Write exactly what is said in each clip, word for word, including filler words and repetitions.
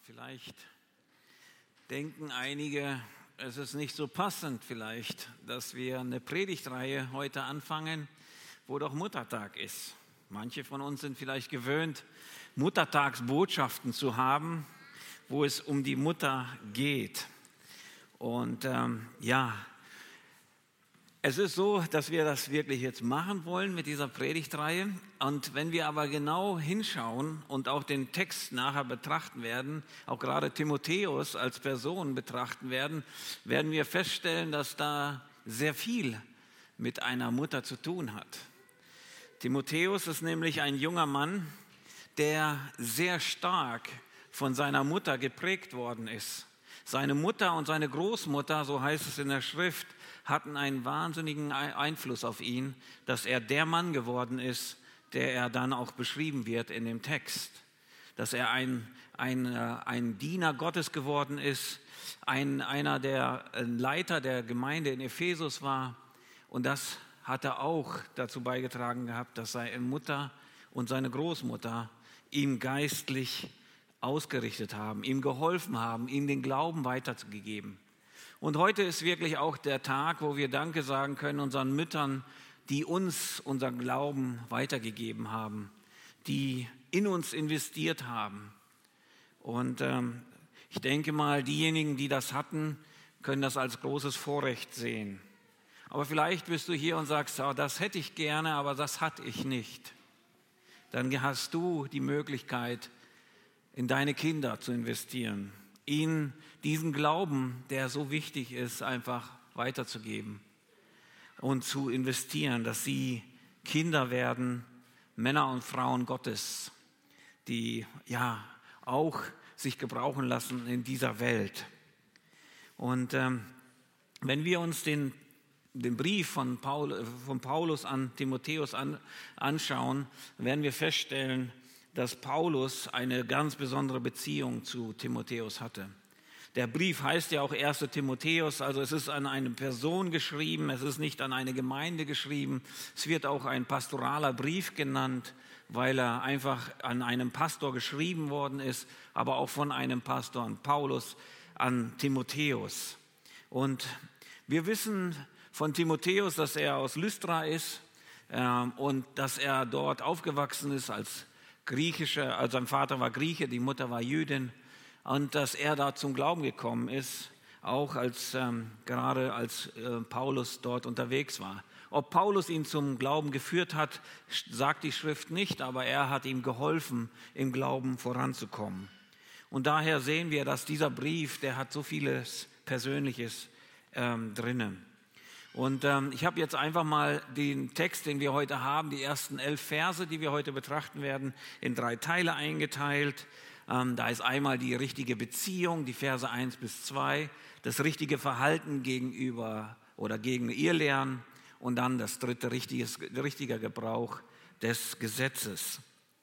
Vielleicht denken einige, es ist nicht so passend vielleicht, dass wir eine Predigtreihe heute anfangen, wo doch Muttertag ist. Manche von uns sind vielleicht gewöhnt, Muttertagsbotschaften zu haben, wo es um die Mutter geht. Und ähm, ja, es ist so, dass wir das wirklich jetzt machen wollen mit dieser Predigtreihe. Und wenn wir aber genau hinschauen und auch den Text nachher betrachten werden, auch gerade Timotheus als Person betrachten werden, werden wir feststellen, dass da sehr viel mit einer Mutter zu tun hat. Timotheus ist nämlich ein junger Mann, der sehr stark von seiner Mutter geprägt worden ist. Seine Mutter und seine Großmutter, so heißt es in der Schrift, hatten einen wahnsinnigen Einfluss auf ihn, dass er der Mann geworden ist, der er dann auch beschrieben wird in dem Text. Dass er ein, ein, ein Diener Gottes geworden ist, ein, einer der Leiter der Gemeinde in Ephesus war. Und das hat er auch dazu beigetragen gehabt, dass seine Mutter und seine Großmutter ihm geistlich ausgerichtet haben, ihm geholfen haben, ihm den Glauben weiterzugeben. Und heute ist wirklich auch der Tag, wo wir Danke sagen können unseren Müttern, die uns unseren Glauben weitergegeben haben, die in uns investiert haben. Und ähm, ich denke mal, diejenigen, die das hatten, können das als großes Vorrecht sehen. Aber vielleicht bist du hier und sagst, oh, das hätte ich gerne, aber das hatte ich nicht. Dann hast du die Möglichkeit, in deine Kinder zu investieren, ihnen diesen Glauben, der so wichtig ist, einfach weiterzugeben und zu investieren, dass sie Kinder werden, Männer und Frauen Gottes, die ja auch sich gebrauchen lassen in dieser Welt. Und ähm, wenn wir uns den, den Brief von, Paul, von Paulus an Timotheus an, anschauen, werden wir feststellen, dass Paulus eine ganz besondere Beziehung zu Timotheus hatte. Der Brief heißt ja auch erster Timotheus, also es ist an eine Person geschrieben, es ist nicht an eine Gemeinde geschrieben. Es wird auch ein pastoraler Brief genannt, weil er einfach an einen Pastor geschrieben worden ist, aber auch von einem Pastor an Paulus, an Timotheus. Und wir wissen von Timotheus, dass er aus Lystra ist äh, und dass er dort aufgewachsen ist als Griechische, also sein Vater war Grieche, die Mutter war Jüdin, und dass er da zum Glauben gekommen ist, auch als, ähm, gerade als äh, Paulus dort unterwegs war. Ob Paulus ihn zum Glauben geführt hat, sagt die Schrift nicht, aber er hat ihm geholfen, im Glauben voranzukommen. Und daher sehen wir, dass dieser Brief, der hat so vieles Persönliches ähm, drinnen. Und ähm, ich habe jetzt einfach mal den Text, den wir heute haben, die ersten elf Verse, die wir heute betrachten werden, in drei Teile eingeteilt. Ähm, da ist einmal die richtige Beziehung, die Verse eins bis zwei, das richtige Verhalten gegenüber oder gegen Irrlehren und dann das dritte, richtiges, richtiger Gebrauch des Gesetzes.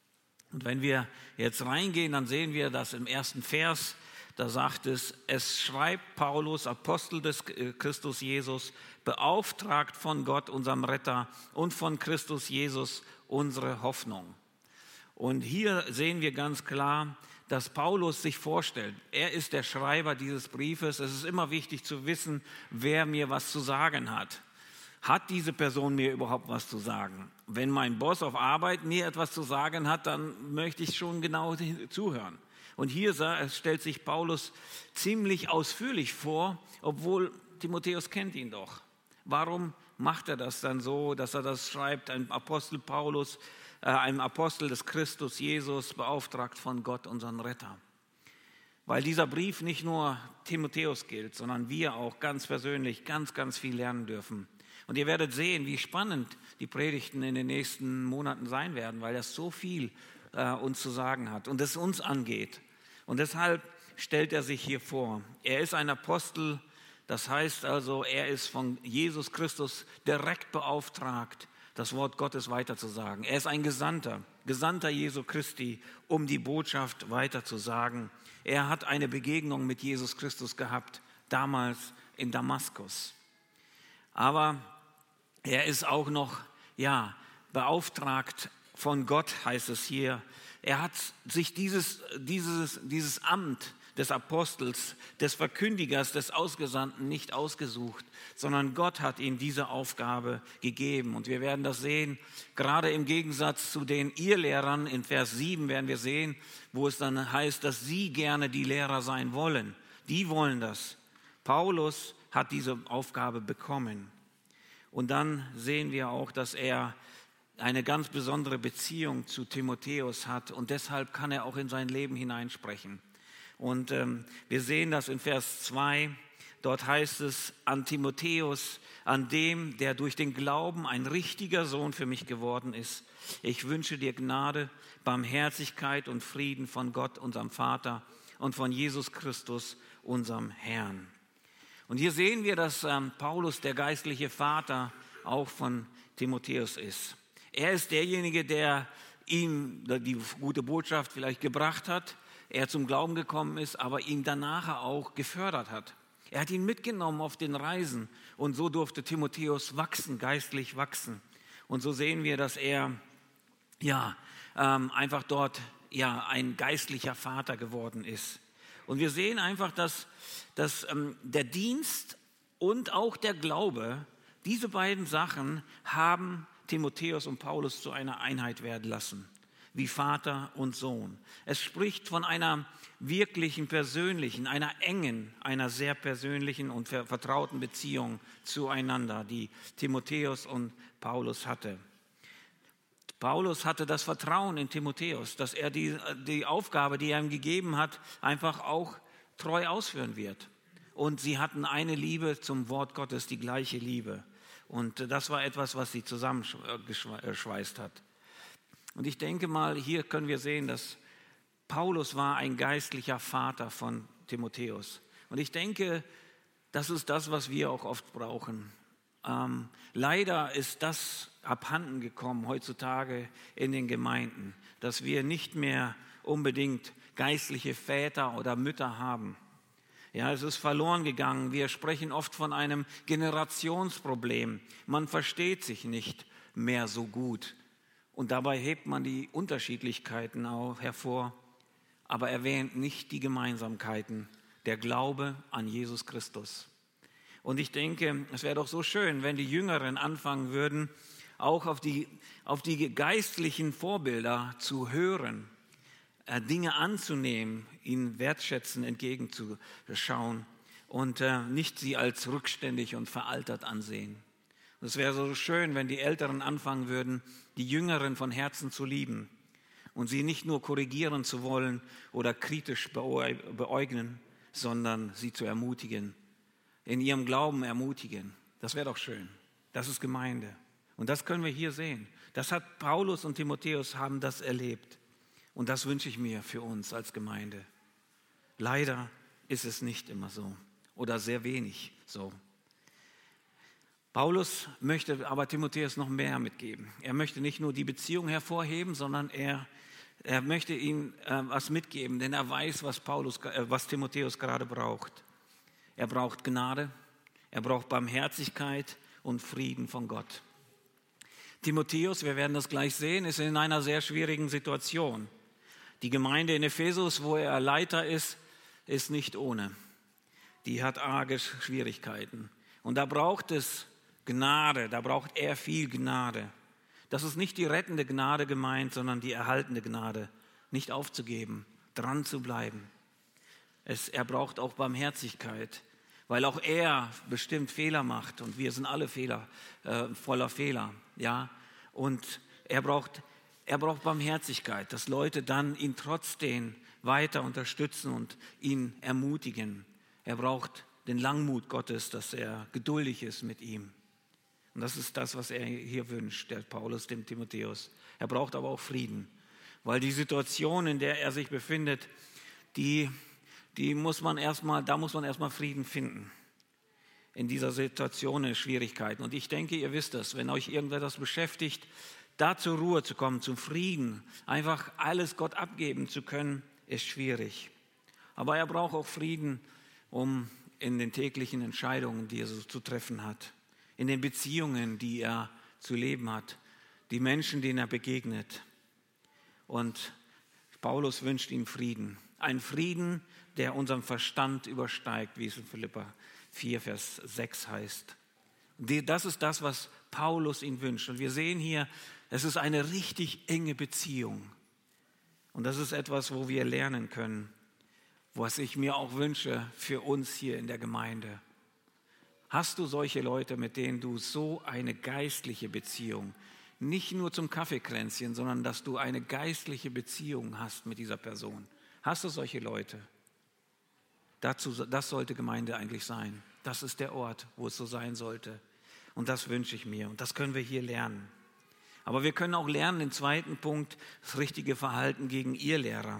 Und wenn wir jetzt reingehen, dann sehen wir, dass im ersten Vers, da sagt es, es schreibt Paulus, Apostel des Christus Jesus, beauftragt von Gott, unserem Retter, und von Christus Jesus, unsere Hoffnung. Und hier sehen wir ganz klar, dass Paulus sich vorstellt, er ist der Schreiber dieses Briefes. Es ist immer wichtig zu wissen, wer mir was zu sagen hat. Hat diese Person mir überhaupt was zu sagen? Wenn mein Boss auf Arbeit mir etwas zu sagen hat, dann möchte ich schon genau zuhören. Und hier stellt sich Paulus ziemlich ausführlich vor, obwohl Timotheus kennt ihn doch. Warum macht er das dann so, dass er das schreibt, ein Apostel Paulus, äh, ein Apostel des Christus Jesus, beauftragt von Gott, unseren Retter? Weil dieser Brief nicht nur Timotheus gilt, sondern wir auch ganz persönlich ganz, ganz viel lernen dürfen. Und ihr werdet sehen, wie spannend die Predigten in den nächsten Monaten sein werden, weil das so viel uns zu sagen hat und es uns angeht. Und deshalb stellt er sich hier vor. Er ist ein Apostel, das heißt also, er ist von Jesus Christus direkt beauftragt, das Wort Gottes weiterzusagen. Er ist ein Gesandter, Gesandter Jesu Christi, um die Botschaft weiterzusagen. Er hat eine Begegnung mit Jesus Christus gehabt, damals in Damaskus. Aber er ist auch noch, ja, beauftragt von Gott, heißt es hier, er hat sich dieses, dieses, dieses Amt des Apostels, des Verkündigers, des Ausgesandten nicht ausgesucht, sondern Gott hat ihm diese Aufgabe gegeben. Und wir werden das sehen, gerade im Gegensatz zu den Irrlehrern, in Vers sieben werden wir sehen, wo es dann heißt, dass sie gerne die Lehrer sein wollen. Die wollen das. Paulus hat diese Aufgabe bekommen. Und dann sehen wir auch, dass er eine ganz besondere Beziehung zu Timotheus hat und deshalb kann er auch in sein Leben hineinsprechen. Und ähm, wir sehen das in Vers zwei, dort heißt es, an Timotheus, an dem, der durch den Glauben ein richtiger Sohn für mich geworden ist. Ich wünsche dir Gnade, Barmherzigkeit und Frieden von Gott, unserem Vater und von Jesus Christus, unserem Herrn. Und hier sehen wir, dass ähm, Paulus der geistliche Vater auch von Timotheus ist. Er ist derjenige, der ihm die gute Botschaft vielleicht gebracht hat, er zum Glauben gekommen ist, aber ihn danach auch gefördert hat. Er hat ihn mitgenommen auf den Reisen und so durfte Timotheus wachsen, geistlich wachsen. Und so sehen wir, dass er ja, ähm, einfach dort ja, ein geistlicher Vater geworden ist. Und wir sehen einfach, dass, dass ähm, der Dienst und auch der Glaube, diese beiden Sachen haben Timotheus und Paulus zu einer Einheit werden lassen, wie Vater und Sohn. Es spricht von einer wirklichen, persönlichen, einer engen, einer sehr persönlichen und vertrauten Beziehung zueinander, die Timotheus und Paulus hatte. Paulus hatte das Vertrauen in Timotheus, dass er die, die Aufgabe, die er ihm gegeben hat, einfach auch treu ausführen wird. Und sie hatten eine Liebe zum Wort Gottes, die gleiche Liebe. Und das war etwas, was sie zusammengeschweißt hat. Und ich denke mal, hier können wir sehen, dass Paulus war ein geistlicher Vater von Timotheus. Und ich denke, das ist das, was wir auch oft brauchen. Ähm, leider ist das abhanden gekommen heutzutage in den Gemeinden, dass wir nicht mehr unbedingt geistliche Väter oder Mütter haben. Ja, es ist verloren gegangen. Wir sprechen oft von einem Generationsproblem. Man versteht sich nicht mehr so gut. Und dabei hebt man die Unterschiedlichkeiten auch hervor, aber erwähnt nicht die Gemeinsamkeiten, der Glaube an Jesus Christus. Und ich denke, es wäre doch so schön, wenn die Jüngeren anfangen würden, auch auf die, auf die geistlichen Vorbilder zu hören, äh, Dinge anzunehmen, ihnen wertschätzend entgegenzuschauen und äh, nicht sie als rückständig und veraltert ansehen. Es wäre so schön, wenn die Älteren anfangen würden, die Jüngeren von Herzen zu lieben und sie nicht nur korrigieren zu wollen oder kritisch beäugnen, sondern sie zu ermutigen, in ihrem Glauben ermutigen. Das wäre doch schön. Das ist Gemeinde. Und das können wir hier sehen. Das hat Paulus und Timotheus haben das erlebt. Und das wünsche ich mir für uns als Gemeinde. Leider ist es nicht immer so oder sehr wenig so. Paulus möchte aber Timotheus noch mehr mitgeben. Er möchte nicht nur die Beziehung hervorheben, sondern er, er möchte ihm äh, was mitgeben, denn er weiß, was, Paulus, äh, was Timotheus gerade braucht. Er braucht Gnade, er braucht Barmherzigkeit und Frieden von Gott. Timotheus, wir werden das gleich sehen, ist in einer sehr schwierigen Situation. Die Gemeinde in Ephesus, wo er Leiter ist, ist nicht ohne. Die hat arge Schwierigkeiten. Und da braucht es Gnade, da braucht er viel Gnade. Das ist nicht die rettende Gnade gemeint, sondern die erhaltende Gnade. Nicht aufzugeben, dran zu bleiben. Es, er braucht auch Barmherzigkeit, weil auch er bestimmt Fehler macht und wir sind alle Fehler, äh, voller Fehler. Ja? Und er braucht, er braucht Barmherzigkeit, dass Leute dann ihn trotzdem weiter unterstützen und ihn ermutigen. Er braucht den Langmut Gottes, dass er geduldig ist mit ihm. Und das ist das, was er hier wünscht, der Paulus dem Timotheus. Er braucht aber auch Frieden, weil die Situation, in der er sich befindet, die, die muss man erstmal, da muss man erstmal Frieden finden. In dieser Situation, in Schwierigkeiten. Und ich denke, ihr wisst das, wenn euch irgendetwas beschäftigt, da zur Ruhe zu kommen, zum Frieden, einfach alles Gott abgeben zu können, ist schwierig. Aber er braucht auch Frieden, um in den täglichen Entscheidungen, die er so zu treffen hat, in den Beziehungen, die er zu leben hat, die Menschen, denen er begegnet. Und Paulus wünscht ihm Frieden. Ein Frieden, der unseren Verstand übersteigt, wie es in Philipper vier, Vers sechs heißt. Das ist das, was Paulus ihm wünscht. Und wir sehen hier, es ist eine richtig enge Beziehung. Und das ist etwas, wo wir lernen können, was ich mir auch wünsche für uns hier in der Gemeinde. Hast du solche Leute, mit denen du so eine geistliche Beziehung, nicht nur zum Kaffeekränzchen, sondern dass du eine geistliche Beziehung hast mit dieser Person? Hast du solche Leute? Dazu, das sollte Gemeinde eigentlich sein. Das ist der Ort, wo es so sein sollte. Und das wünsche ich mir. Und das können wir hier lernen. Aber wir können auch lernen, im zweiten Punkt, das richtige Verhalten gegen Irrlehrer.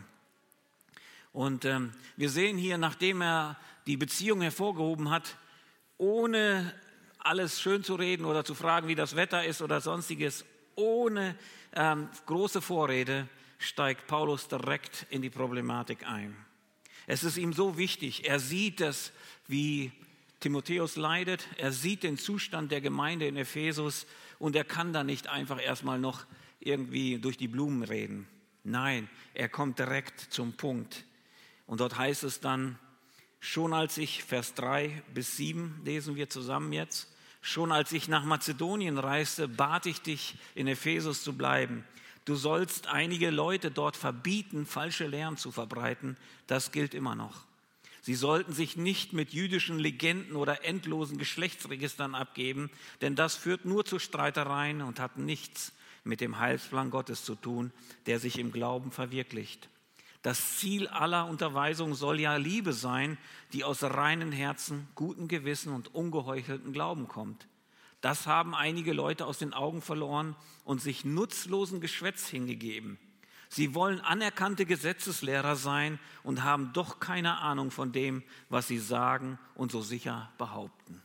Und ähm, wir sehen hier, nachdem er die Beziehung hervorgehoben hat, ohne alles schön zu reden oder zu fragen, wie das Wetter ist oder sonstiges, ohne ähm, große Vorrede, steigt Paulus direkt in die Problematik ein. Es ist ihm so wichtig, er sieht es, wie Timotheus leidet, er sieht den Zustand der Gemeinde in Ephesus und er kann da nicht einfach erstmal noch irgendwie durch die Blumen reden. Nein, er kommt direkt zum Punkt. Und dort heißt es dann, schon als ich, Vers drei bis sieben lesen wir zusammen jetzt, schon als ich nach Mazedonien reiste, bat ich dich, in Ephesus zu bleiben. Du sollst einige Leute dort verbieten, falsche Lehren zu verbreiten. Das gilt immer noch. Sie sollten sich nicht mit jüdischen Legenden oder endlosen Geschlechtsregistern abgeben, denn das führt nur zu Streitereien und hat nichts mit dem Heilsplan Gottes zu tun, der sich im Glauben verwirklicht. Das Ziel aller Unterweisung soll ja Liebe sein, die aus reinen Herzen, gutem Gewissen und ungeheucheltem Glauben kommt. Das haben einige Leute aus den Augen verloren und sich nutzlosen Geschwätz hingegeben. Sie wollen anerkannte Gesetzeslehrer sein und haben doch keine Ahnung von dem, was sie sagen und so sicher behaupten.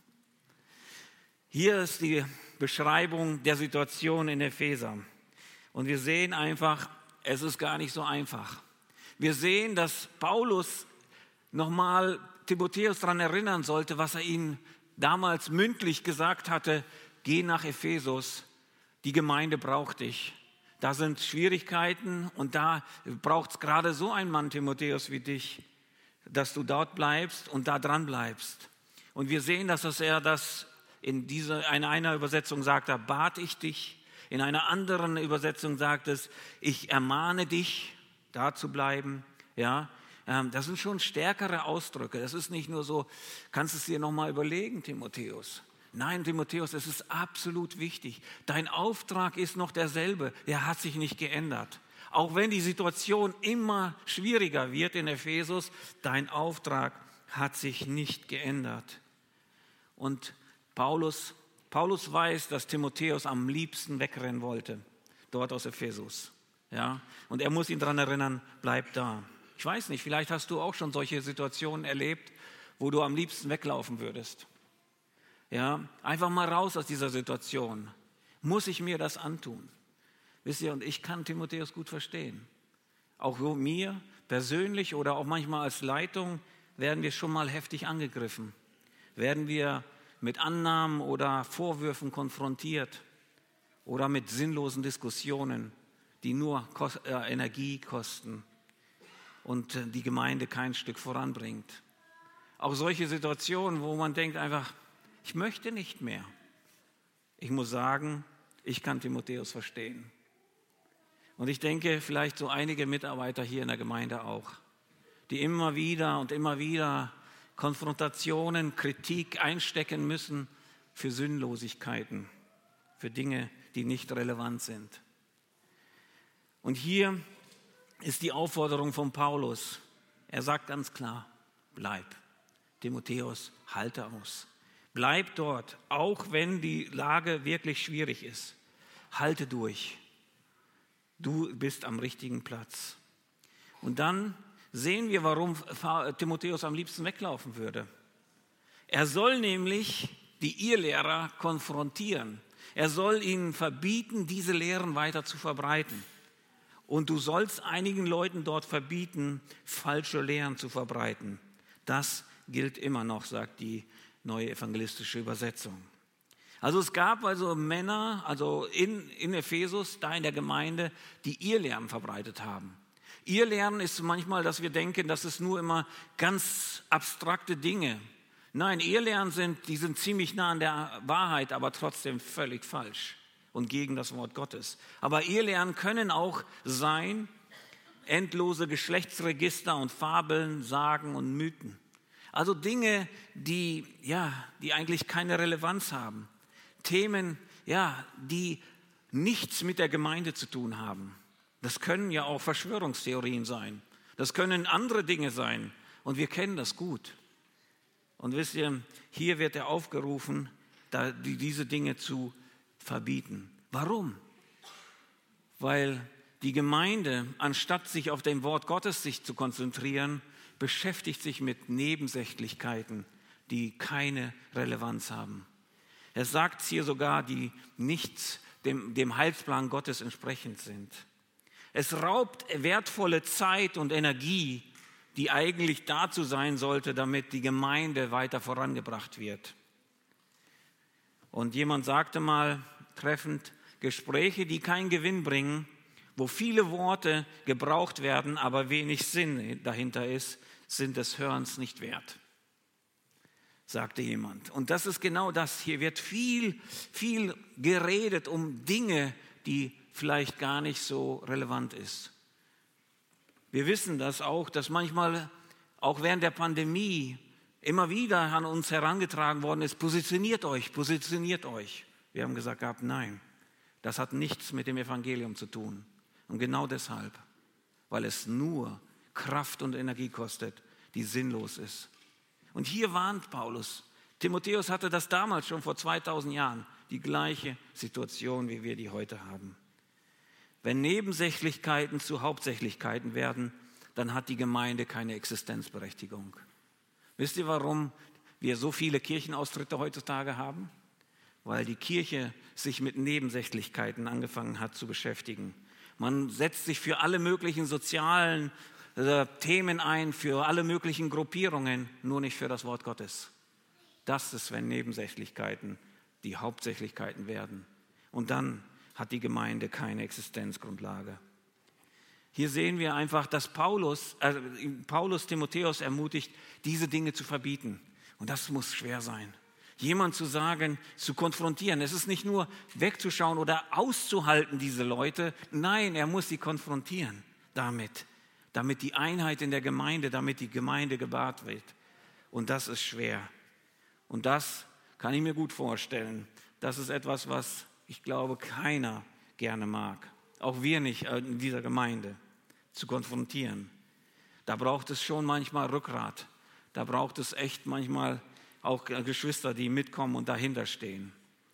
Hier ist die Beschreibung der Situation in Epheser. Und wir sehen einfach, es ist gar nicht so einfach. Wir sehen, dass Paulus nochmal Timotheus daran erinnern sollte, was er ihm damals mündlich gesagt hatte: Geh nach Ephesus, die Gemeinde braucht dich. Da sind Schwierigkeiten und da braucht es gerade so einen Mann, Timotheus, wie dich, dass du dort bleibst und da dran bleibst. Und wir sehen, dass er das in, dieser, in einer Übersetzung sagt, da bat ich dich. In einer anderen Übersetzung sagt es, ich ermahne dich, da zu bleiben. Ja, das sind schon stärkere Ausdrücke. Das ist nicht nur so, kannst es dir nochmal überlegen, Timotheus. Nein, Timotheus, es ist absolut wichtig. Dein Auftrag ist noch derselbe. Der hat sich nicht geändert. Auch wenn die Situation immer schwieriger wird in Ephesus, dein Auftrag hat sich nicht geändert. Und Paulus, Paulus weiß, dass Timotheus am liebsten wegrennen wollte, dort aus Ephesus. Ja? Und er muss ihn daran erinnern, bleib da. Ich weiß nicht, vielleicht hast du auch schon solche Situationen erlebt, wo du am liebsten weglaufen würdest. Ja, einfach mal raus aus dieser Situation. Muss ich mir das antun? Wisst ihr, und ich kann Timotheus gut verstehen. Auch mir persönlich oder auch manchmal als Leitung werden wir schon mal heftig angegriffen. Werden wir mit Annahmen oder Vorwürfen konfrontiert oder mit sinnlosen Diskussionen, die nur Energie kosten und die Gemeinde kein Stück voranbringt. Auch solche Situationen, wo man denkt einfach, ich möchte nicht mehr. Ich muss sagen, ich kann Timotheus verstehen. Und ich denke, vielleicht so einige Mitarbeiter hier in der Gemeinde auch, die immer wieder und immer wieder Konfrontationen, Kritik einstecken müssen für Sinnlosigkeiten, für Dinge, die nicht relevant sind. Und hier ist die Aufforderung von Paulus. Er sagt ganz klar, bleib. Timotheus, halte aus. Bleib dort, auch wenn die Lage wirklich schwierig ist. Halte durch. Du bist am richtigen Platz. Und dann sehen wir, warum Timotheus am liebsten weglaufen würde. Er soll nämlich die Irrlehrer konfrontieren. Er soll ihnen verbieten, diese Lehren weiter zu verbreiten. Und du sollst einigen Leuten dort verbieten, falsche Lehren zu verbreiten. Das gilt immer noch, sagt die neue evangelistische Übersetzung. Also es gab also Männer, also in, in Ephesus, da in der Gemeinde, die Irrlehren verbreitet haben. Irrlernen ist manchmal, dass wir denken, das ist nur immer ganz abstrakte Dinge. Nein, Irrlernen sind, die sind ziemlich nah an der Wahrheit, aber trotzdem völlig falsch und gegen das Wort Gottes. Aber Irrlernen können auch sein, endlose Geschlechtsregister und Fabeln, Sagen und Mythen. Also Dinge, die, ja, die eigentlich keine Relevanz haben. Themen, ja, die nichts mit der Gemeinde zu tun haben. Das können ja auch Verschwörungstheorien sein. Das können andere Dinge sein. Und wir kennen das gut. Und wisst ihr, hier wird er aufgerufen, da, diese Dinge zu verbieten. Warum? Weil die Gemeinde, anstatt sich auf dem Wort Gottes sich zu konzentrieren, beschäftigt sich mit Nebensächlichkeiten, die keine Relevanz haben. Er sagt hier sogar, die nicht dem, dem Heilsplan Gottes entsprechend sind. Es raubt wertvolle Zeit und Energie, die eigentlich dazu sein sollte, damit die Gemeinde weiter vorangebracht wird. Und jemand sagte mal treffend, Gespräche, die keinen Gewinn bringen, wo viele Worte gebraucht werden, aber wenig Sinn dahinter ist, sind des Hörens nicht wert, sagte jemand. Und das ist genau das. Hier wird viel, viel geredet um Dinge, die vielleicht gar nicht so relevant ist. Wir wissen das auch, dass manchmal auch während der Pandemie immer wieder an uns herangetragen worden ist, positioniert euch, positioniert euch. Wir haben gesagt gehabt, nein, das hat nichts mit dem Evangelium zu tun. Und genau deshalb, weil es nur Kraft und Energie kostet, die sinnlos ist. Und hier warnt Paulus. Timotheus hatte das damals schon vor zweitausend Jahren, die gleiche Situation, wie wir die heute haben. Wenn Nebensächlichkeiten zu Hauptsächlichkeiten werden, dann hat die Gemeinde keine Existenzberechtigung. Wisst ihr, warum wir so viele Kirchenaustritte heutzutage haben? Weil die Kirche sich mit Nebensächlichkeiten angefangen hat zu beschäftigen. Man setzt sich für alle möglichen sozialen äh, Themen ein, für alle möglichen Gruppierungen, nur nicht für das Wort Gottes. Das ist, wenn Nebensächlichkeiten die Hauptsächlichkeiten werden. Und dann hat die Gemeinde keine Existenzgrundlage. Hier sehen wir einfach, dass Paulus, äh, Paulus Timotheus ermutigt, diese Dinge zu verbieten. Und das muss schwer sein. Jemand zu sagen, zu konfrontieren. Es ist nicht nur wegzuschauen oder auszuhalten, diese Leute. Nein, er muss sie konfrontieren damit. Damit die Einheit in der Gemeinde, damit die Gemeinde gewahrt wird. Und das ist schwer. Und das kann ich mir gut vorstellen. Das ist etwas, was ich glaube, keiner gerne mag. Auch wir nicht in dieser Gemeinde. Zu konfrontieren. Da braucht es schon manchmal Rückgrat. Da braucht es echt manchmal auch Geschwister, die mitkommen und dahinter stehen.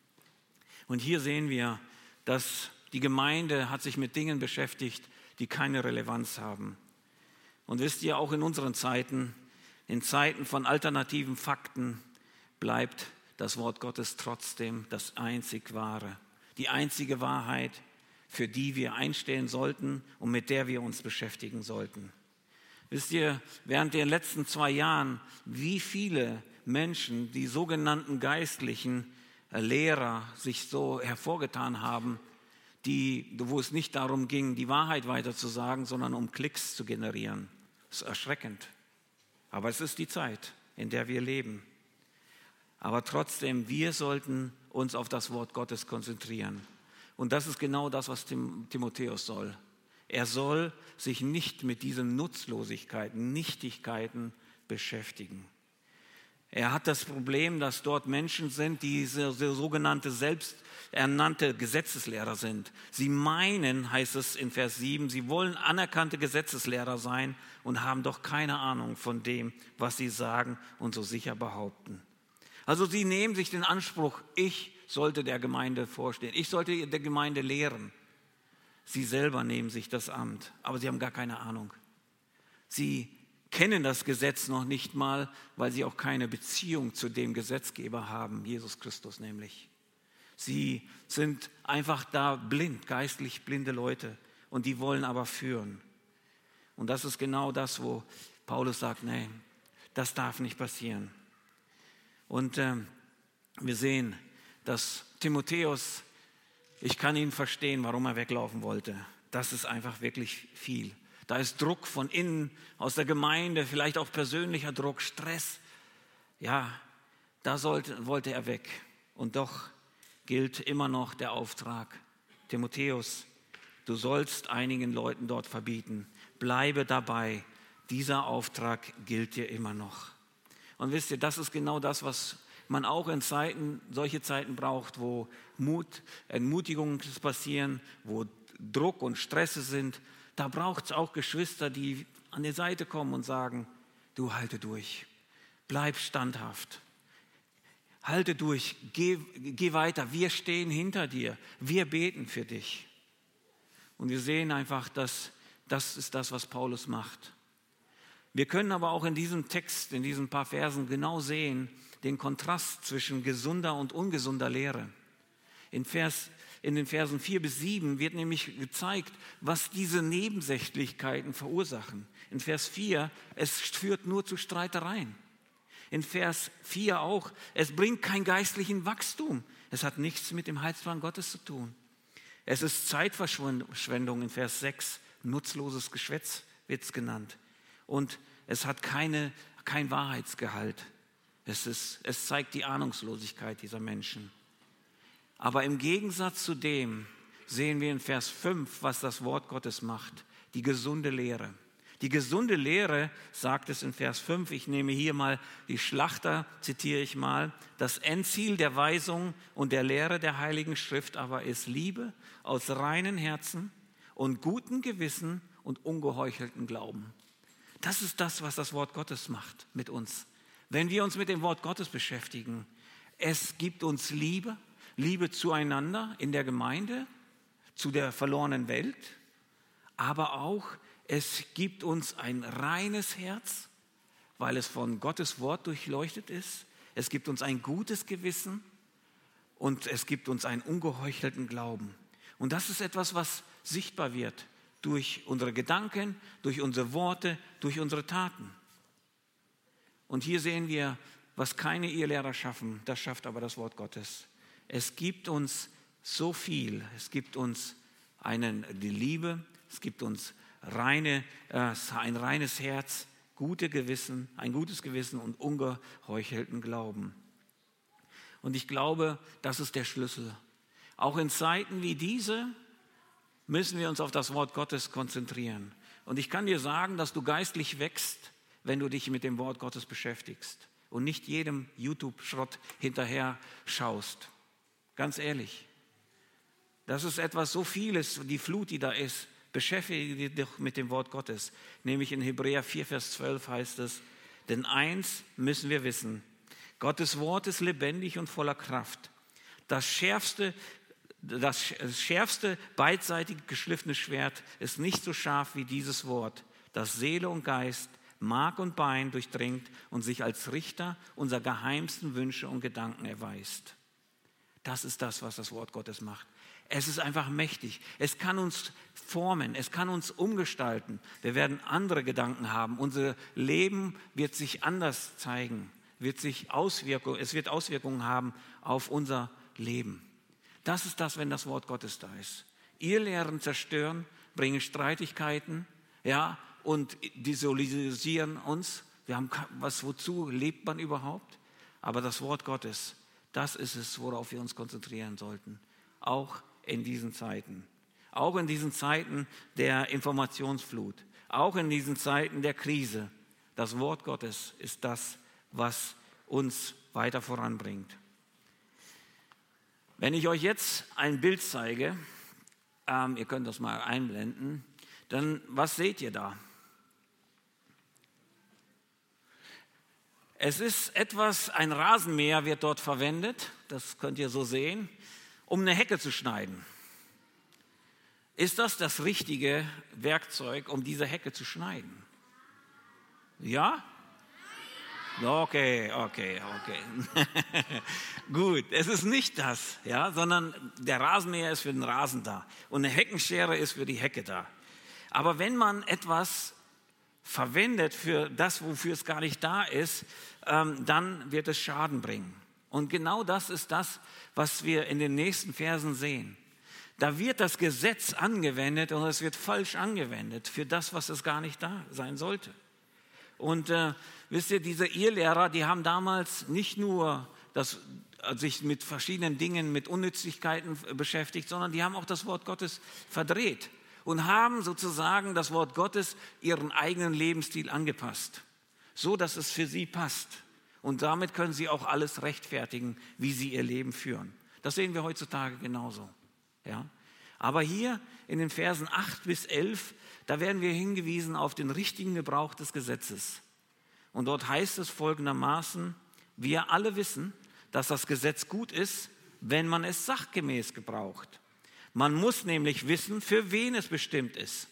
Und hier sehen wir, dass die Gemeinde hat sich mit Dingen beschäftigt, die keine Relevanz haben. Und wisst ihr, auch in unseren Zeiten, in Zeiten von alternativen Fakten, bleibt das Wort Gottes trotzdem das einzig Wahre. Die einzige Wahrheit, für die wir einstehen sollten und mit der wir uns beschäftigen sollten. Wisst ihr, während den letzten zwei Jahren, wie viele Menschen, die sogenannten geistlichen Lehrer sich so hervorgetan haben, die, wo es nicht darum ging, die Wahrheit weiterzusagen, sondern um Klicks zu generieren. Das ist erschreckend. Aber es ist die Zeit, in der wir leben. Aber trotzdem, wir sollten uns auf das Wort Gottes konzentrieren. Und das ist genau das, was Tim, Timotheus soll. Er soll sich nicht mit diesen Nutzlosigkeiten, Nichtigkeiten beschäftigen. Er hat das Problem, dass dort Menschen sind, die diese sogenannte selbsternannte Gesetzeslehrer sind. Sie meinen, heißt es in Vers sieben, sie wollen anerkannte Gesetzeslehrer sein und haben doch keine Ahnung von dem, was sie sagen und so sicher behaupten. Also sie nehmen sich den Anspruch, ich sollte der Gemeinde vorstehen, ich sollte der Gemeinde lehren. Sie selber nehmen sich das Amt, aber sie haben gar keine Ahnung. Sie kennen das Gesetz noch nicht mal, weil sie auch keine Beziehung zu dem Gesetzgeber haben, Jesus Christus nämlich. Sie sind einfach da blind, geistlich blinde Leute und die wollen aber führen. Und das ist genau das, wo Paulus sagt, nee, das darf nicht passieren. Und äh, wir sehen, dass Timotheus, ich kann ihn verstehen, warum er weglaufen wollte. Das ist einfach wirklich viel. Da ist Druck von innen, aus der Gemeinde, vielleicht auch persönlicher Druck, Stress. Ja, da sollte, wollte er weg. Und doch gilt immer noch der Auftrag. Timotheus, du sollst einigen Leuten dort verbieten. Bleibe dabei. Dieser Auftrag gilt dir immer noch. Und wisst ihr, das ist genau das, was man auch in Zeiten, solche Zeiten braucht, wo Mut, Entmutigungen passieren, wo Druck und Stress sind. Da braucht es auch Geschwister, die an die Seite kommen und sagen, du halte durch, bleib standhaft, halte durch, geh, geh weiter, wir stehen hinter dir, wir beten für dich. Und wir sehen einfach, dass das ist das, was Paulus macht. Wir können aber auch in diesem Text, in diesen paar Versen genau sehen, den Kontrast zwischen gesunder und ungesunder Lehre. In, Vers, in den Versen vier bis sieben wird nämlich gezeigt, was diese Nebensächlichkeiten verursachen. In Vers vier, es führt nur zu Streitereien. In Vers vier auch, es bringt kein geistlichen Wachstum. Es hat nichts mit dem Heilsplan Gottes zu tun. Es ist Zeitverschwendung in Vers sechs, nutzloses Geschwätz wird es genannt. Und es hat keine, kein Wahrheitsgehalt. Es, ist, es zeigt die Ahnungslosigkeit dieser Menschen. Aber im Gegensatz zu dem sehen wir in Vers fünf, was das Wort Gottes macht. Die gesunde Lehre. Die gesunde Lehre, sagt es in Vers fünf, ich nehme hier mal die Schlachter, zitiere ich mal, das Endziel der Weisung und der Lehre der Heiligen Schrift aber ist Liebe aus reinen Herzen und gutem Gewissen und ungeheuchelten Glauben. Das ist das, was das Wort Gottes macht mit uns. Wenn wir uns mit dem Wort Gottes beschäftigen, es gibt uns Liebe, Liebe zueinander in der Gemeinde, zu der verlorenen Welt, aber auch es gibt uns ein reines Herz, weil es von Gottes Wort durchleuchtet ist. Es gibt uns ein gutes Gewissen und es gibt uns einen ungeheuchelten Glauben. Und das ist etwas, was sichtbar wird durch unsere Gedanken, durch unsere Worte, durch unsere Taten. Und hier sehen wir, was keine Irrlehrer schaffen, das schafft aber das Wort Gottes. Es gibt uns so viel. Es gibt uns einen, die Liebe, es gibt uns reine, äh, ein reines Herz, gute Gewissen, ein gutes Gewissen und ungeheuchelten Glauben. Und ich glaube, das ist der Schlüssel. Auch in Zeiten wie diese müssen wir uns auf das Wort Gottes konzentrieren. Und ich kann dir sagen, dass du geistlich wächst, wenn du dich mit dem Wort Gottes beschäftigst und nicht jedem YouTube-Schrott hinterher schaust. Ganz ehrlich. Das ist etwas so vieles, die Flut, die da ist. Beschäftige dich doch mit dem Wort Gottes. Nämlich in Hebräer vier, Vers zwölf heißt es, denn eins müssen wir wissen, Gottes Wort ist lebendig und voller Kraft. Das schärfste, das schärfste beidseitig geschliffene Schwert ist nicht so scharf wie dieses Wort, das Seele und Geist, Mark und Bein durchdringt und sich als Richter unserer geheimsten Wünsche und Gedanken erweist. Das ist das, was das Wort Gottes macht. Es ist einfach mächtig. Es kann uns formen, es kann uns umgestalten. Wir werden andere Gedanken haben. Unser Leben wird sich anders zeigen, wird sich Auswirkungen, es wird Auswirkungen haben auf unser Leben. Das ist das, wenn das Wort Gottes da ist. Irrlehren zerstören, bringen Streitigkeiten, ja, und desolisieren uns. Wir haben was, wozu lebt man überhaupt? Aber das Wort Gottes, das ist es, worauf wir uns konzentrieren sollten. Auch in diesen Zeiten. Auch in diesen Zeiten der Informationsflut. Auch in diesen Zeiten der Krise. Das Wort Gottes ist das, was uns weiter voranbringt. Wenn ich euch jetzt ein Bild zeige, ähm, ihr könnt das mal einblenden, dann was seht ihr da? Es ist etwas, ein Rasenmäher wird dort verwendet, das könnt ihr so sehen, um eine Hecke zu schneiden. Ist das das richtige Werkzeug, um diese Hecke zu schneiden? Ja? Okay, okay, okay. Gut, es ist nicht das, ja, sondern der Rasenmäher ist für den Rasen da und eine Heckenschere ist für die Hecke da. Aber wenn man etwas verwendet für das, wofür es gar nicht da ist, ähm, dann wird es Schaden bringen. Und genau das ist das, was wir in den nächsten Versen sehen. Da wird das Gesetz angewendet und es wird falsch angewendet für das, was es gar nicht da sein sollte. Und äh, wisst ihr, diese Irrlehrer, die haben damals nicht nur das, sich mit verschiedenen Dingen, mit Unnützlichkeiten beschäftigt, sondern die haben auch das Wort Gottes verdreht und haben sozusagen das Wort Gottes ihren eigenen Lebensstil angepasst, so dass es für sie passt. Und damit können sie auch alles rechtfertigen, wie sie ihr Leben führen. Das sehen wir heutzutage genauso. Ja? Aber hier in den Versen acht bis elf, da werden wir hingewiesen auf den richtigen Gebrauch des Gesetzes. Und dort heißt es folgendermaßen: Wir alle wissen, dass das Gesetz gut ist, wenn man es sachgemäß gebraucht. Man muss nämlich wissen, für wen es bestimmt ist.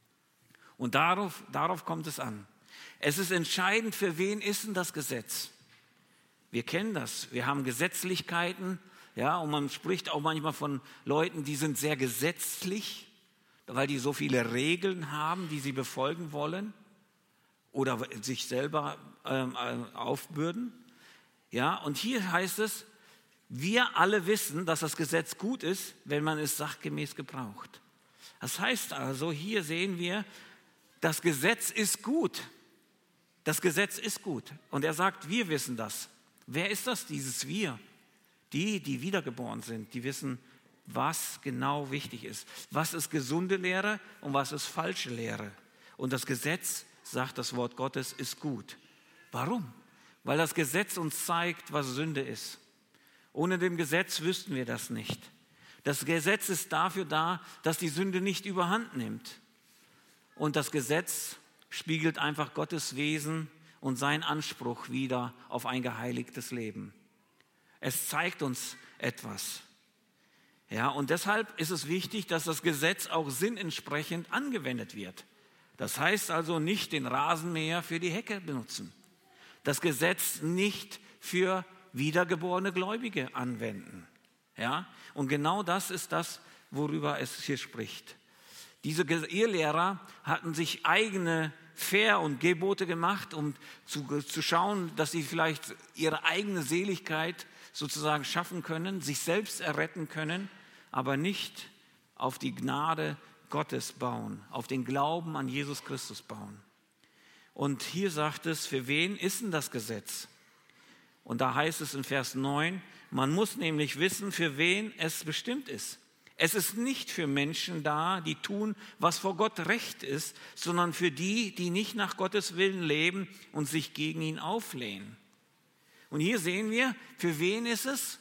Und darauf, darauf kommt es an. Es ist entscheidend, für wen ist denn das Gesetz? Wir kennen das. Wir haben Gesetzlichkeiten. Ja, und man spricht auch manchmal von Leuten, die sind sehr gesetzlich, weil die so viele Regeln haben, die sie befolgen wollen oder sich selber ähm, aufbürden. Ja, und hier heißt es, wir alle wissen, dass das Gesetz gut ist, wenn man es sachgemäß gebraucht. Das heißt also, hier sehen wir, das Gesetz ist gut. Das Gesetz ist gut. Und er sagt, wir wissen das. Wer ist das, dieses Wir? Die, die wiedergeboren sind, die wissen, was genau wichtig ist. Was ist gesunde Lehre und was ist falsche Lehre. Und das Gesetz, sagt das Wort Gottes, ist gut. Warum? Weil das Gesetz uns zeigt, was Sünde ist. Ohne dem Gesetz wüssten wir das nicht. Das Gesetz ist dafür da, dass die Sünde nicht überhand nimmt. Und das Gesetz spiegelt einfach Gottes Wesen und seinen Anspruch wider auf ein geheiligtes Leben. Es zeigt uns etwas. Ja, und deshalb ist es wichtig, dass das Gesetz auch sinnentsprechend angewendet wird. Das heißt also nicht den Rasenmäher für die Hecke benutzen. Das Gesetz nicht für wiedergeborene Gläubige anwenden. Ja, und genau das ist das, worüber es hier spricht. Diese Irrlehrer hatten sich eigene Fair und Gebote gemacht, um zu, zu schauen, dass sie vielleicht ihre eigene Seligkeit sozusagen schaffen können, sich selbst erretten können, aber nicht auf die Gnade Gottes bauen, auf den Glauben an Jesus Christus bauen. Und hier sagt es, für wen ist denn das Gesetz? Und da heißt es in Vers neun, man muss nämlich wissen, für wen es bestimmt ist. Es ist nicht für Menschen da, die tun, was vor Gott recht ist, sondern für die, die nicht nach Gottes Willen leben und sich gegen ihn auflehnen. Und hier sehen wir, für wen ist es?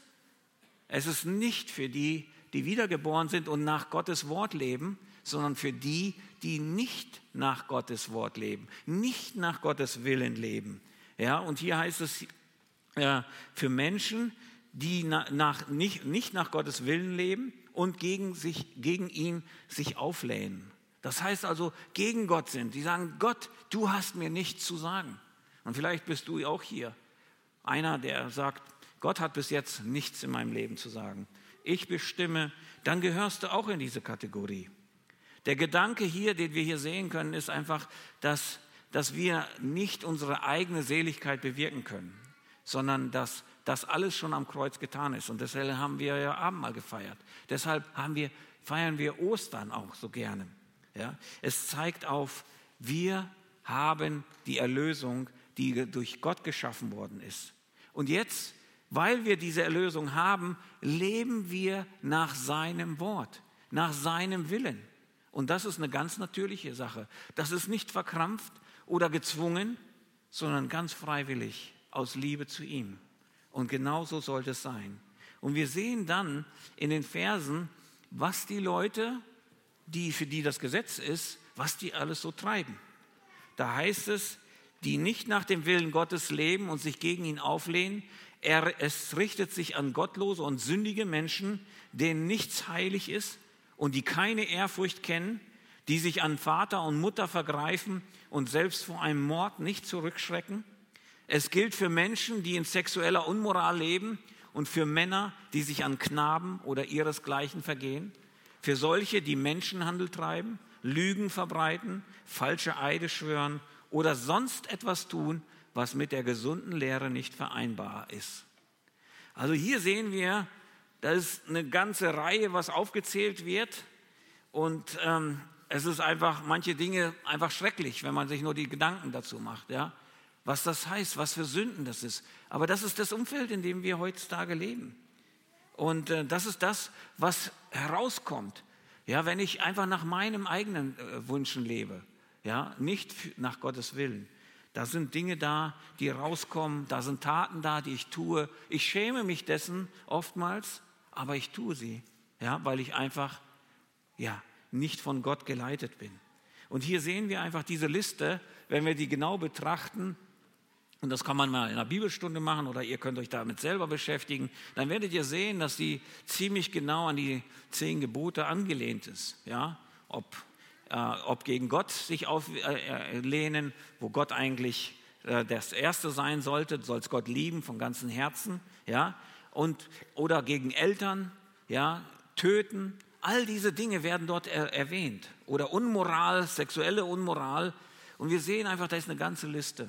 Es ist nicht für die, die wiedergeboren sind und nach Gottes Wort leben, sondern für die, die nicht nach Gottes Wort leben, nicht nach Gottes Willen leben. Ja, und hier heißt es äh, für Menschen, die na, nach, nicht, nicht nach Gottes Willen leben und gegen, sich, gegen ihn sich auflehnen. Das heißt also, gegen Gott sind. Die sagen, Gott, du hast mir nichts zu sagen. Und vielleicht bist du auch hier. Einer, der sagt, Gott hat bis jetzt nichts in meinem Leben zu sagen. Ich bestimme, dann gehörst du auch in diese Kategorie. Der Gedanke hier, den wir hier sehen können, ist einfach, dass, dass wir nicht unsere eigene Seligkeit bewirken können, sondern dass das alles schon am Kreuz getan ist. Und deshalb haben wir ja Abendmahl gefeiert. Deshalb haben wir, feiern wir Ostern auch so gerne. Ja? Es zeigt auf, wir haben die Erlösung, die durch Gott geschaffen worden ist. Und jetzt, weil wir diese Erlösung haben, leben wir nach seinem Wort, nach seinem Willen. Und das ist eine ganz natürliche Sache. Das ist nicht verkrampft oder gezwungen, sondern ganz freiwillig aus Liebe zu ihm. Und genau so sollte es sein. Und wir sehen dann in den Versen, was die Leute, die, für die das Gesetz ist, was die alles so treiben. Da heißt es, die nicht nach dem Willen Gottes leben und sich gegen ihn auflehnen. Er, es richtet sich an gottlose und sündige Menschen, denen nichts heilig ist und die keine Ehrfurcht kennen, die sich an Vater und Mutter vergreifen und selbst vor einem Mord nicht zurückschrecken. Es gilt für Menschen, die in sexueller Unmoral leben und für Männer, die sich an Knaben oder ihresgleichen vergehen. Für solche, die Menschenhandel treiben, Lügen verbreiten, falsche Eide schwören oder sonst etwas tun, was mit der gesunden Lehre nicht vereinbar ist. Also hier sehen wir, da ist eine ganze Reihe, was aufgezählt wird. Und ähm, es ist einfach, manche Dinge einfach schrecklich, wenn man sich nur die Gedanken dazu macht, ja. Was das heißt, was für Sünden das ist. Aber das ist das Umfeld, in dem wir heutzutage leben. Und äh, das ist das, was herauskommt. Ja, wenn ich einfach nach meinem eigenen äh, Wünschen lebe, ja, nicht nach Gottes Willen. Da sind Dinge da, die rauskommen, da sind Taten da, die ich tue. Ich schäme mich dessen oftmals, aber ich tue sie, ja, weil ich einfach ja, nicht von Gott geleitet bin. Und hier sehen wir einfach diese Liste, wenn wir die genau betrachten, und das kann man mal in einer Bibelstunde machen oder ihr könnt euch damit selber beschäftigen, dann werdet ihr sehen, dass die ziemlich genau an die zehn Gebote angelehnt ist. Ja? Ob, äh, ob gegen Gott sich auflehnen, äh, wo Gott eigentlich äh, das Erste sein sollte, du sollst Gott lieben von ganzem Herzen, ja? Und, oder gegen Eltern, ja? Töten, all diese Dinge werden dort er, erwähnt. Oder Unmoral, sexuelle Unmoral. Und wir sehen einfach, da ist eine ganze Liste.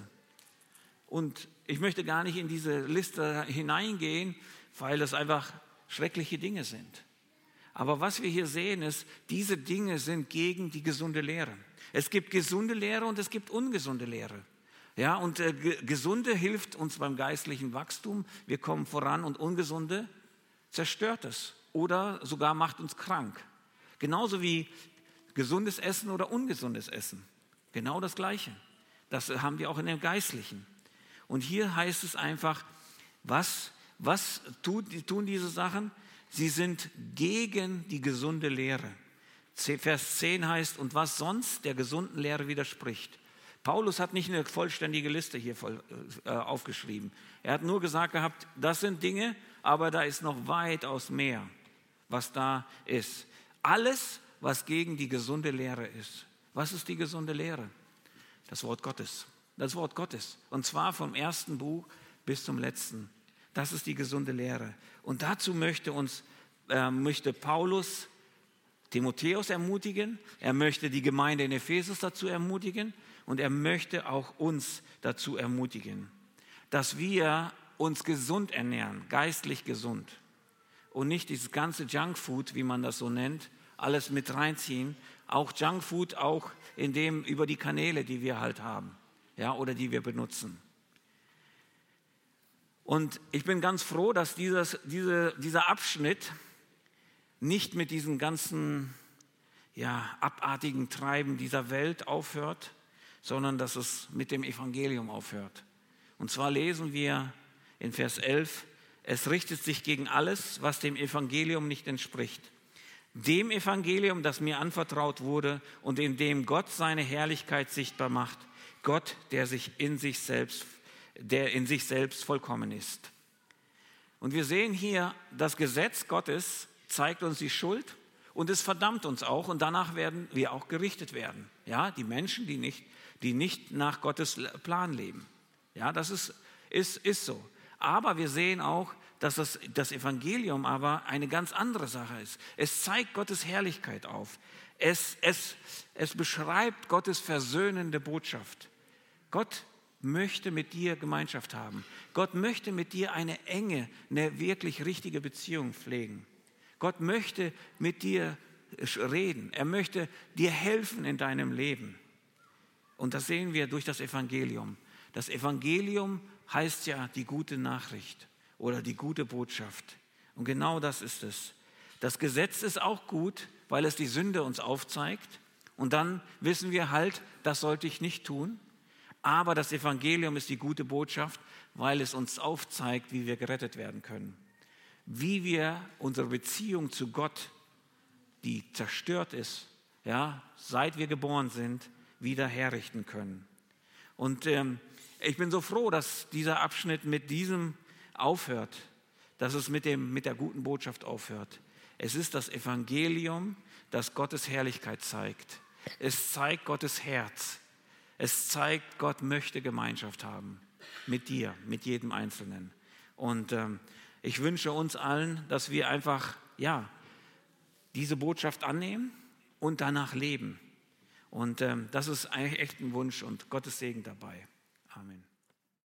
Und ich möchte gar nicht in diese Liste hineingehen, weil das einfach schreckliche Dinge sind. Aber was wir hier sehen ist, diese Dinge sind gegen die gesunde Lehre. Es gibt gesunde Lehre und es gibt ungesunde Lehre. Ja, und äh, gesunde hilft uns beim geistlichen Wachstum. Wir kommen voran und ungesunde zerstört es oder sogar macht uns krank. Genauso wie gesundes Essen oder ungesundes Essen. Genau das Gleiche. Das haben wir auch in dem Geistlichen. Und hier heißt es einfach, was, was tut, tun diese Sachen? Sie sind gegen die gesunde Lehre. Vers zehn heißt, und was sonst der gesunden Lehre widerspricht. Paulus hat nicht eine vollständige Liste hier voll, äh, aufgeschrieben. Er hat nur gesagt gehabt, das sind Dinge, aber da ist noch weitaus mehr, was da ist. Alles, was gegen die gesunde Lehre ist. Was ist die gesunde Lehre? Das Wort Gottes. Das Wort Gottes. Und zwar vom ersten Buch bis zum letzten. Das ist die gesunde Lehre. Und dazu möchte uns, äh, möchte Paulus Timotheus ermutigen. Er möchte die Gemeinde in Ephesus dazu ermutigen. Und er möchte auch uns dazu ermutigen, dass wir uns gesund ernähren, geistlich gesund. Und nicht dieses ganze Junkfood, wie man das so nennt, alles mit reinziehen. Auch Junkfood, auch in dem, über die Kanäle, die wir halt haben. Ja, oder die wir benutzen. Und ich bin ganz froh, dass dieses, diese, dieser Abschnitt nicht mit diesem ganzen ja, abartigen Treiben dieser Welt aufhört, sondern dass es mit dem Evangelium aufhört. Und zwar lesen wir in Vers elf, es richtet sich gegen alles, was dem Evangelium nicht entspricht. Dem Evangelium, das mir anvertraut wurde und in dem Gott seine Herrlichkeit sichtbar macht. Gott, der sich in sich selbst, der in sich selbst vollkommen ist. Und wir sehen hier, das Gesetz Gottes zeigt uns die Schuld und es verdammt uns auch und danach werden wir auch gerichtet werden. Ja, die Menschen, die nicht, die nicht nach Gottes Plan leben. Ja, das ist, ist, ist so. Aber wir sehen auch, dass das, das Evangelium aber eine ganz andere Sache ist. Es zeigt Gottes Herrlichkeit auf. Es, es, es beschreibt Gottes versöhnende Botschaft. Gott möchte mit dir Gemeinschaft haben. Gott möchte mit dir eine enge, eine wirklich richtige Beziehung pflegen. Gott möchte mit dir reden. Er möchte dir helfen in deinem Leben. Und das sehen wir durch das Evangelium. Das Evangelium heißt ja die gute Nachricht oder die gute Botschaft. Und genau das ist es. Das Gesetz ist auch gut, weil es die Sünde uns aufzeigt. Und dann wissen wir halt, das sollte ich nicht tun. Aber das Evangelium ist die gute Botschaft, weil es uns aufzeigt, wie wir gerettet werden können. Wie wir unsere Beziehung zu Gott, die zerstört ist, ja, seit wir geboren sind, wieder herrichten können. Und ähm, ich bin so froh, dass dieser Abschnitt mit diesem aufhört, dass es mit, dem, mit der guten Botschaft aufhört. Es ist das Evangelium, das Gottes Herrlichkeit zeigt. Es zeigt Gottes Herz. Es zeigt, Gott möchte Gemeinschaft haben mit dir, mit jedem Einzelnen. Und ähm, ich wünsche uns allen, dass wir einfach ja, diese Botschaft annehmen und danach leben. Und ähm, das ist eigentlich echt ein Wunsch und Gottes Segen dabei. Amen.